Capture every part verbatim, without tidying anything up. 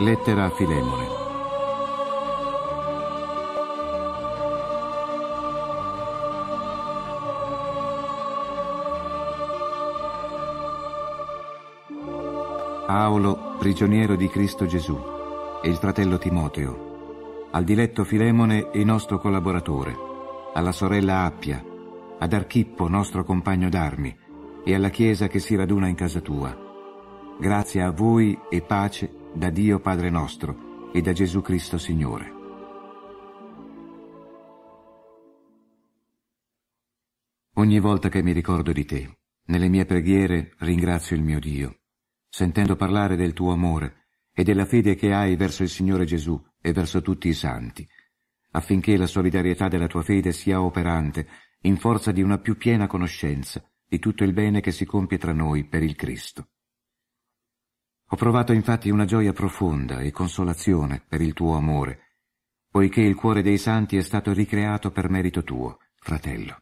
Lettera a Filemone. Paolo, prigioniero di Cristo Gesù, e il fratello Timoteo, al diletto Filemone e nostro collaboratore, alla sorella Appia, ad Archippo, nostro compagno d'armi, e alla Chiesa che si raduna in casa tua. Grazie a voi e pace da Dio Padre nostro e da Gesù Cristo Signore. Ogni volta che mi ricordo di te, nelle mie preghiere ringrazio il mio Dio, sentendo parlare del tuo amore e della fede che hai verso il Signore Gesù e verso tutti i santi, affinché la solidarietà della tua fede sia operante in forza di una più piena conoscenza di tutto il bene che si compie tra noi per il Cristo. Ho provato infatti una gioia profonda e consolazione per il tuo amore, poiché il cuore dei santi è stato ricreato per merito tuo, fratello.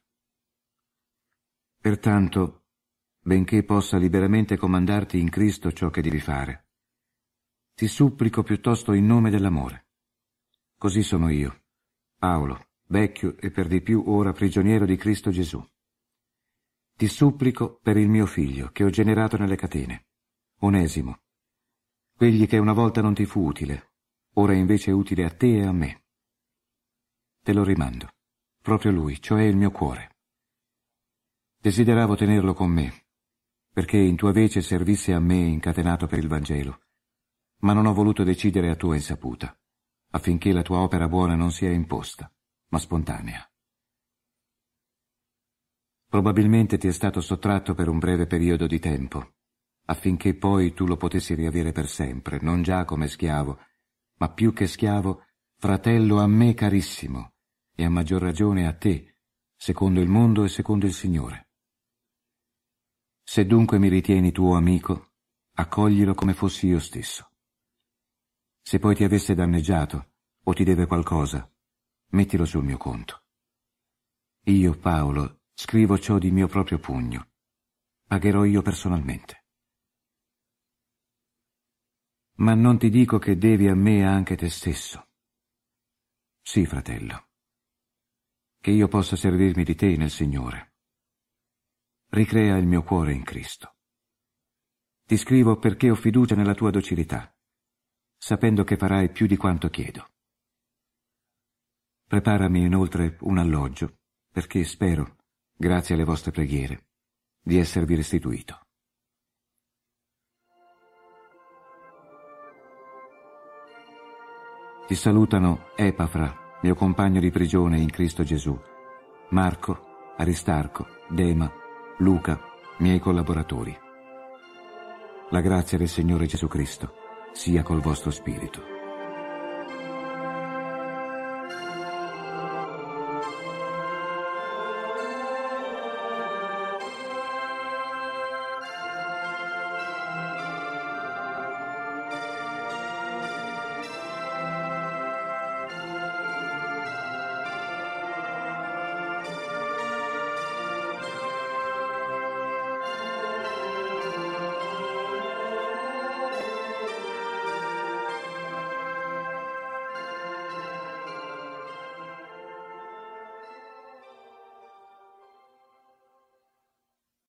Pertanto, benché possa liberamente comandarti in Cristo ciò che devi fare, ti supplico piuttosto in nome dell'amore. Così sono io, Paolo, vecchio e per di più ora prigioniero di Cristo Gesù. Ti supplico per il mio figlio che ho generato nelle catene, Onesimo, quegli che una volta non ti fu utile, ora invece è utile a te e a me. Te lo rimando, proprio lui, cioè il mio cuore. Desideravo tenerlo con me, perché in tua vece servisse a me incatenato per il Vangelo, ma non ho voluto decidere a tua insaputa, affinché la tua opera buona non sia imposta, ma spontanea. Probabilmente ti è stato sottratto per un breve periodo di tempo, affinché poi tu lo potessi riavere per sempre, non già come schiavo, ma più che schiavo, fratello a me carissimo, e a maggior ragione a te, secondo il mondo e secondo il Signore. Se dunque mi ritieni tuo amico, accoglilo come fossi io stesso. Se poi ti avesse danneggiato, o ti deve qualcosa, mettilo sul mio conto. Io, Paolo, scrivo ciò di mio proprio pugno. Pagherò io personalmente. Ma non ti dico che devi a me anche te stesso. Sì, fratello, che io possa servirmi di te nel Signore. Ricrea il mio cuore in Cristo. Ti scrivo perché ho fiducia nella tua docilità, sapendo che farai più di quanto chiedo. Preparami inoltre un alloggio, perché spero, grazie alle vostre preghiere, di esservi restituito. Ti salutano Epafra, mio compagno di prigione in Cristo Gesù, Marco, Aristarco, Dema, Luca, miei collaboratori. La grazia del Signore Gesù Cristo sia col vostro spirito.